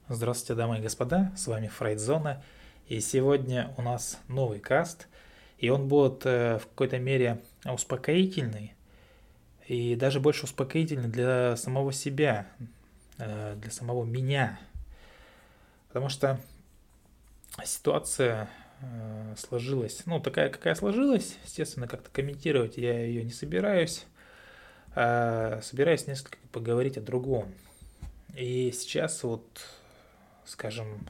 Здравствуйте, дамы и господа, с вами Фрейдзона, и сегодня у нас новый каст, и он будет в какой-то мере успокоительный, и даже больше успокоительный для самого себя, для самого меня, потому что ситуация сложилась, ну такая, какая сложилась, естественно, как-то комментировать я ее не собираюсь, собираюсь несколько поговорить о другом. И сейчас вот, скажем,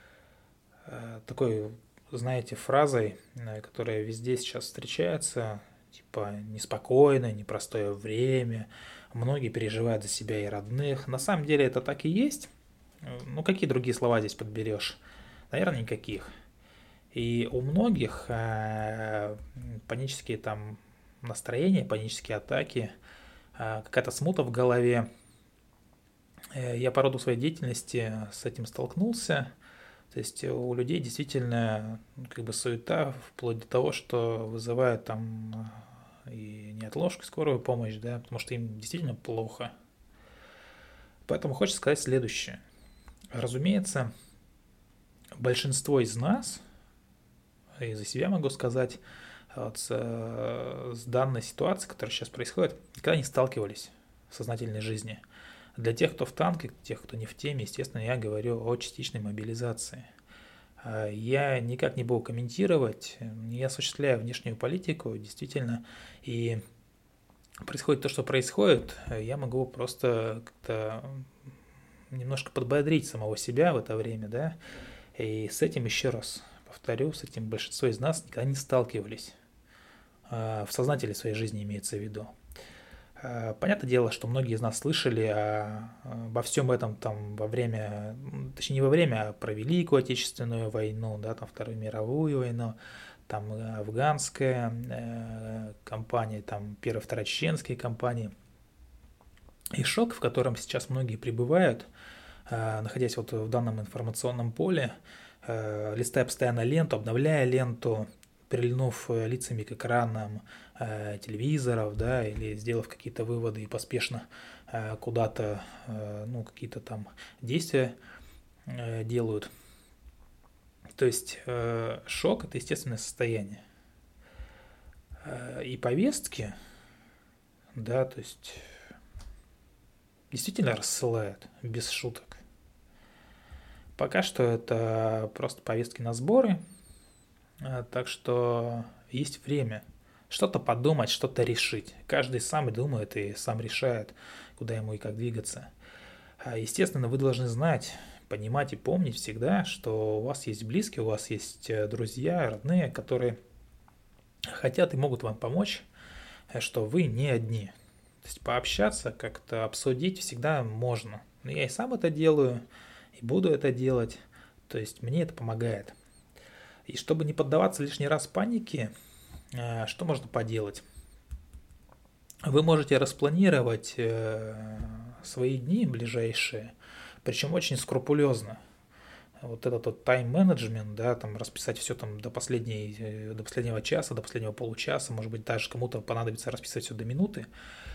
такой, знаете, фразой, которая везде сейчас встречается, типа неспокойное, непростое время, многие переживают за себя и родных. На самом деле это так и есть. Ну, какие другие слова здесь подберешь? Наверное, никаких. И у многих панические там настроения, панические атаки, какая-то смута в голове. Я по роду своей деятельности с этим столкнулся. То есть у людей действительно как бы суета, вплоть до того, что вызывают там и неотложку, скорую помощь, да, потому что им действительно плохо. Поэтому хочется сказать следующее. Разумеется, большинство из нас, и за себя могу сказать, вот с данной ситуацией, которая сейчас происходит, никогда не сталкивались в сознательной жизни. Для тех, кто в танке, тех, кто не в теме, естественно, я говорю о частичной мобилизации. Я никак не буду комментировать, не осуществляю внешнюю политику, действительно, и происходит то, что происходит, я могу просто как-то немножко подбодрить самого себя в это время, да, и с этим еще раз повторю, с этим большинство из нас никогда не сталкивались, в сознательной своей жизни имеется в виду. Понятное дело, что многие из нас слышали обо всем этом там во время, точнее не во время, а про Великую Отечественную войну, да, там Вторую мировую войну, там афганская кампания, там Первая, Вторая чеченские кампании. И шок, в котором сейчас многие пребывают, находясь вот в данном информационном поле, листая постоянно ленту, обновляя ленту, прильнув лицами к экранам телевизоров, да, или сделав какие-то выводы и поспешно куда-то, ну, какие-то там действия делают. То есть шок – это естественное состояние. И повестки, да, то есть действительно рассылают, без шуток. Пока что это просто повестки на сборы, так что есть время что-то подумать, что-то решить. Каждый сам думает и сам решает, куда ему и как двигаться. Естественно, вы должны знать, понимать и помнить всегда, что у вас есть близкие, у вас есть друзья, родные, которые хотят и могут вам помочь, что вы не одни. То есть пообщаться, как-то обсудить всегда можно. Но я и сам это делаю, и буду это делать. То есть мне это помогает. И чтобы не поддаваться лишний раз панике, что можно поделать? Вы можете распланировать свои дни ближайшие, причем очень скрупулезно. Вот этот вот тайм-менеджмент, да, там расписать все там до последнего часа, до последнего получаса, может быть, даже кому-то понадобится расписать все до минуты,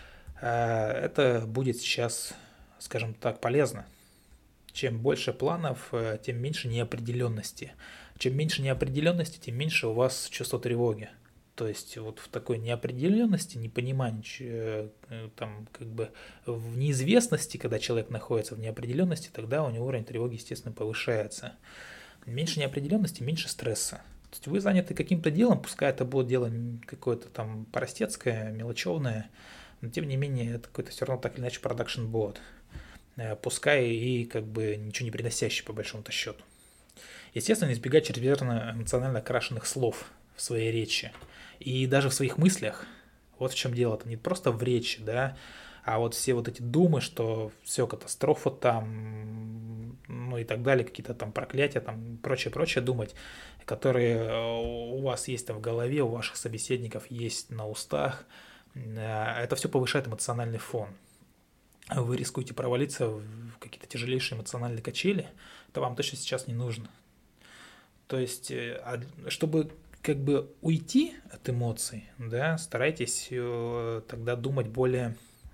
это будет сейчас, скажем так, полезно. Чем больше планов, тем меньше неопределенности. Чем меньше неопределенности, тем меньше у вас чувство тревоги. То есть вот в такой неопределенности, непонимании, там как бы в неизвестности, когда человек находится в неопределенности, тогда у него уровень тревоги, естественно, повышается. Меньше неопределенности, меньше стресса. То есть вы заняты каким-то делом, пускай это будет дело какое-то там простецкое, мелочевное, но тем не менее это какой-то все равно так или иначе продакшн бот. Пускай и как бы ничего не приносящий по большому-то счету. Естественно, избегать чрезмерно эмоционально окрашенных слов в своей речи и даже в своих мыслях. Вот в чем дело. Это не просто в речи, да, а вот все вот эти думы, что все катастрофа там, ну и так далее, какие-то там проклятия, там прочее думать, которые у вас есть там в голове, у ваших собеседников есть на устах, это все повышает эмоциональный фон. Вы рискуете провалиться в какие-то тяжелейшие эмоциональные качели, это вам точно сейчас не нужно. То есть, чтобы как бы уйти от эмоций, да, старайтесь тогда думать более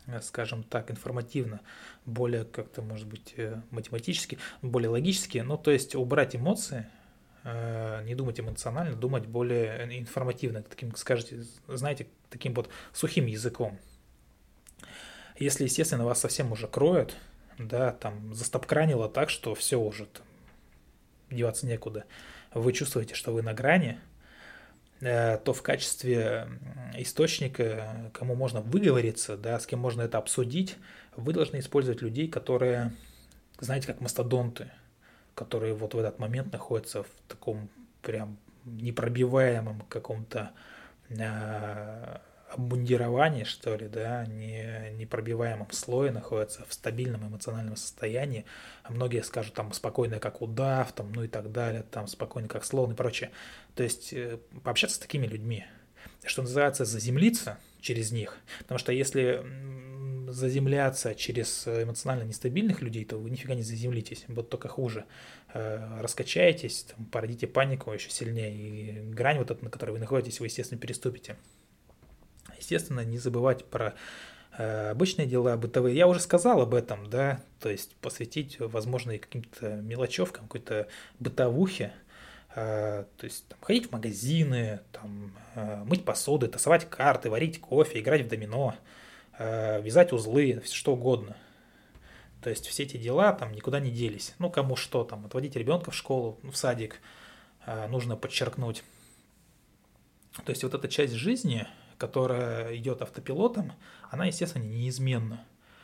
скажем так, информативно, более как-то, может быть, математически, более логически. Ну, то есть убрать эмоции, не думать эмоционально, думать более информативно, таким, скажете, знаете, таким вот сухим языком. Если, естественно, вас совсем уже кроет, да, там застопкранило так, что все уже там, деваться некуда, вы чувствуете, что вы на грани, то в качестве источника, кому можно выговориться, да, с кем можно это обсудить, вы должны использовать людей, которые, знаете, как мастодонты, которые вот в этот момент находятся в таком прям непробиваемом каком-то обмундировании, что ли, да, непробиваемом слое находятся в стабильном эмоциональном состоянии. А многие скажут там спокойно, как удав, там, ну и так далее, там спокойно, как слон и прочее. То есть пообщаться с такими людьми, что называется, заземлиться через них. Потому что если заземляться через эмоционально нестабильных людей, то вы нифига не заземлитесь, будет только хуже. Раскачаетесь, там, породите панику еще сильнее, и грань вот эта, на которой вы находитесь, вы, естественно, переступите. Естественно, не забывать про обычные дела, бытовые. Я уже сказал об этом, да, то есть посвятить, возможно, и каким-то мелочевкам, какой-то бытовухе, то есть там, ходить в магазины, там, мыть посуду, тасовать карты, варить кофе, играть в домино, вязать узлы, что угодно. То есть все эти дела там никуда не делись. Ну, кому что там, отводить ребенка в школу, в садик, нужно подчеркнуть. То есть вот эта часть жизни, которая идет автопилотом, она, естественно, неизменна.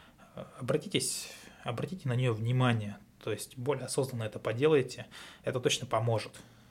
Обратите на нее внимание, то есть более осознанно это поделайте, это точно поможет.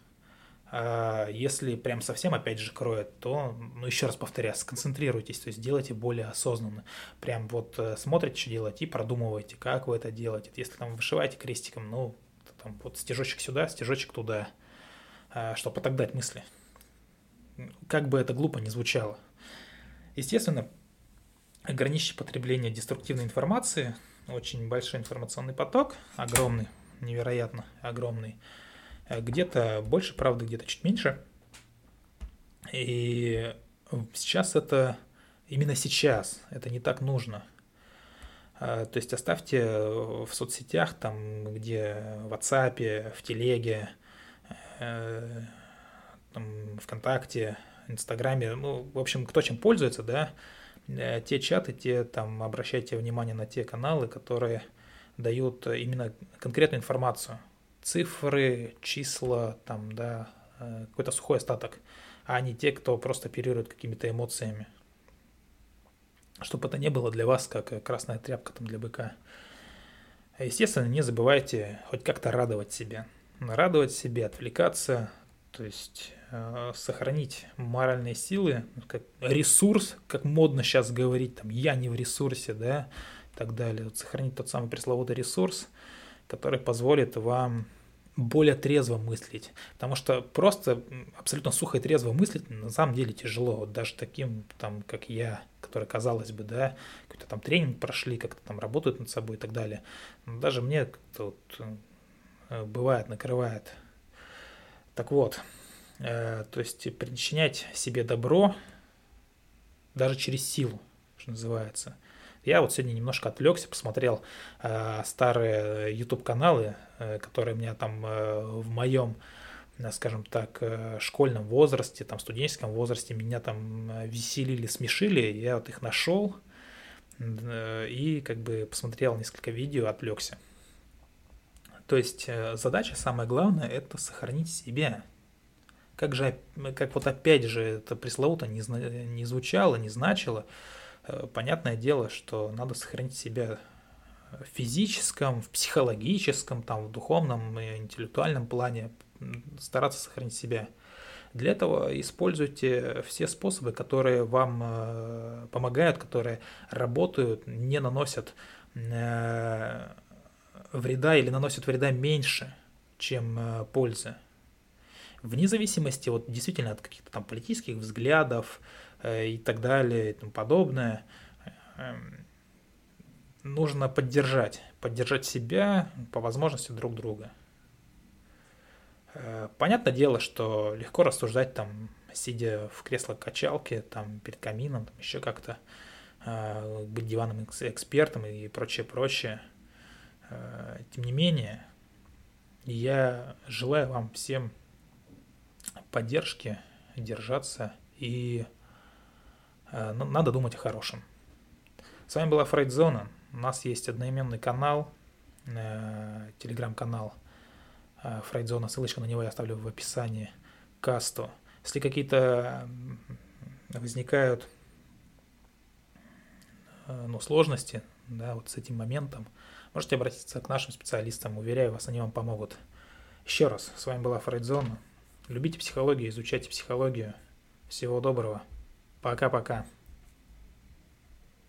Если прям совсем опять же кроет, то, ну еще раз повторяю, сконцентрируйтесь, то есть делайте более осознанно. Прям вот смотрите, что делать и продумывайте, как вы это делаете. Если там вышиваете крестиком, ну, там вот стежочек сюда, стежочек туда, чтобы отогнать мысли. Как бы это глупо ни звучало. Естественно, ограничьте потребление деструктивной информации, очень большой информационный поток, огромный, невероятно огромный, где-то больше правды, где-то чуть меньше. И сейчас это, именно сейчас, это не так нужно. То есть оставьте в соцсетях, там, где в WhatsApp, в Телеге, там, ВКонтакте, Инстаграме, ну, в общем, кто чем пользуется, да, те чаты, те там обращайте внимание на те каналы, которые дают именно конкретную информацию. Цифры, числа, там, да, какой-то сухой остаток, а не те, кто просто оперирует какими-то эмоциями. Чтобы это не было для вас, как красная тряпка там для быка. Естественно, не забывайте хоть как-то радовать себя. Радовать себя, отвлекаться, то есть сохранить моральные силы, как ресурс, как модно сейчас говорить, там, я не в ресурсе, да, и так далее. Вот сохранить тот самый пресловутый ресурс, который позволит вам более трезво мыслить. Потому что просто абсолютно сухо и трезво мыслить на самом деле тяжело. Вот даже таким, там, как я, который, казалось бы, да, какой-то там тренинг прошли, как-то там работают над собой и так далее. Но даже мне как-то вот, бывает, накрывает. Так вот, то есть причинять себе добро даже через силу, что называется. Я вот сегодня немножко отвлекся, посмотрел старые YouTube-каналы, которые у меня там в моем, скажем так, школьном возрасте, там, студенческом возрасте меня там веселили, смешили. Я вот их нашел и как бы посмотрел несколько видео, отвлекся. То есть задача самая главная – это сохранить себя. Как вот опять же это пресловуто не звучало, не значило, понятное дело, что надо сохранить себя в физическом, в психологическом, там, в духовном и интеллектуальном плане, стараться сохранить себя. Для этого используйте все способы, которые вам помогают, которые работают, не наносят вреда или наносят вреда меньше, чем пользы. Вне зависимости вот, действительно от каких-то там политических взглядов и так далее и тому подобное, нужно поддержать себя, по возможности друг друга. Понятное дело, что легко рассуждать там, сидя в кресло-качалке, там, перед камином, там, еще как-то. быть диванным экспертом и прочее. Тем не менее, я желаю вам всем поддержки, держаться и надо думать о хорошем. С вами была Фрейдзона. У нас есть одноименный канал, телеграм-канал Фрейдзона, ссылочку на него я оставлю в описании к касту. Если какие-то возникают сложности, да, вот с этим моментом, можете обратиться к нашим специалистам, уверяю вас, они вам помогут. Еще раз, с вами была Фрейдзона. Любите психологию, изучайте психологию. Всего доброго. Пока-пока.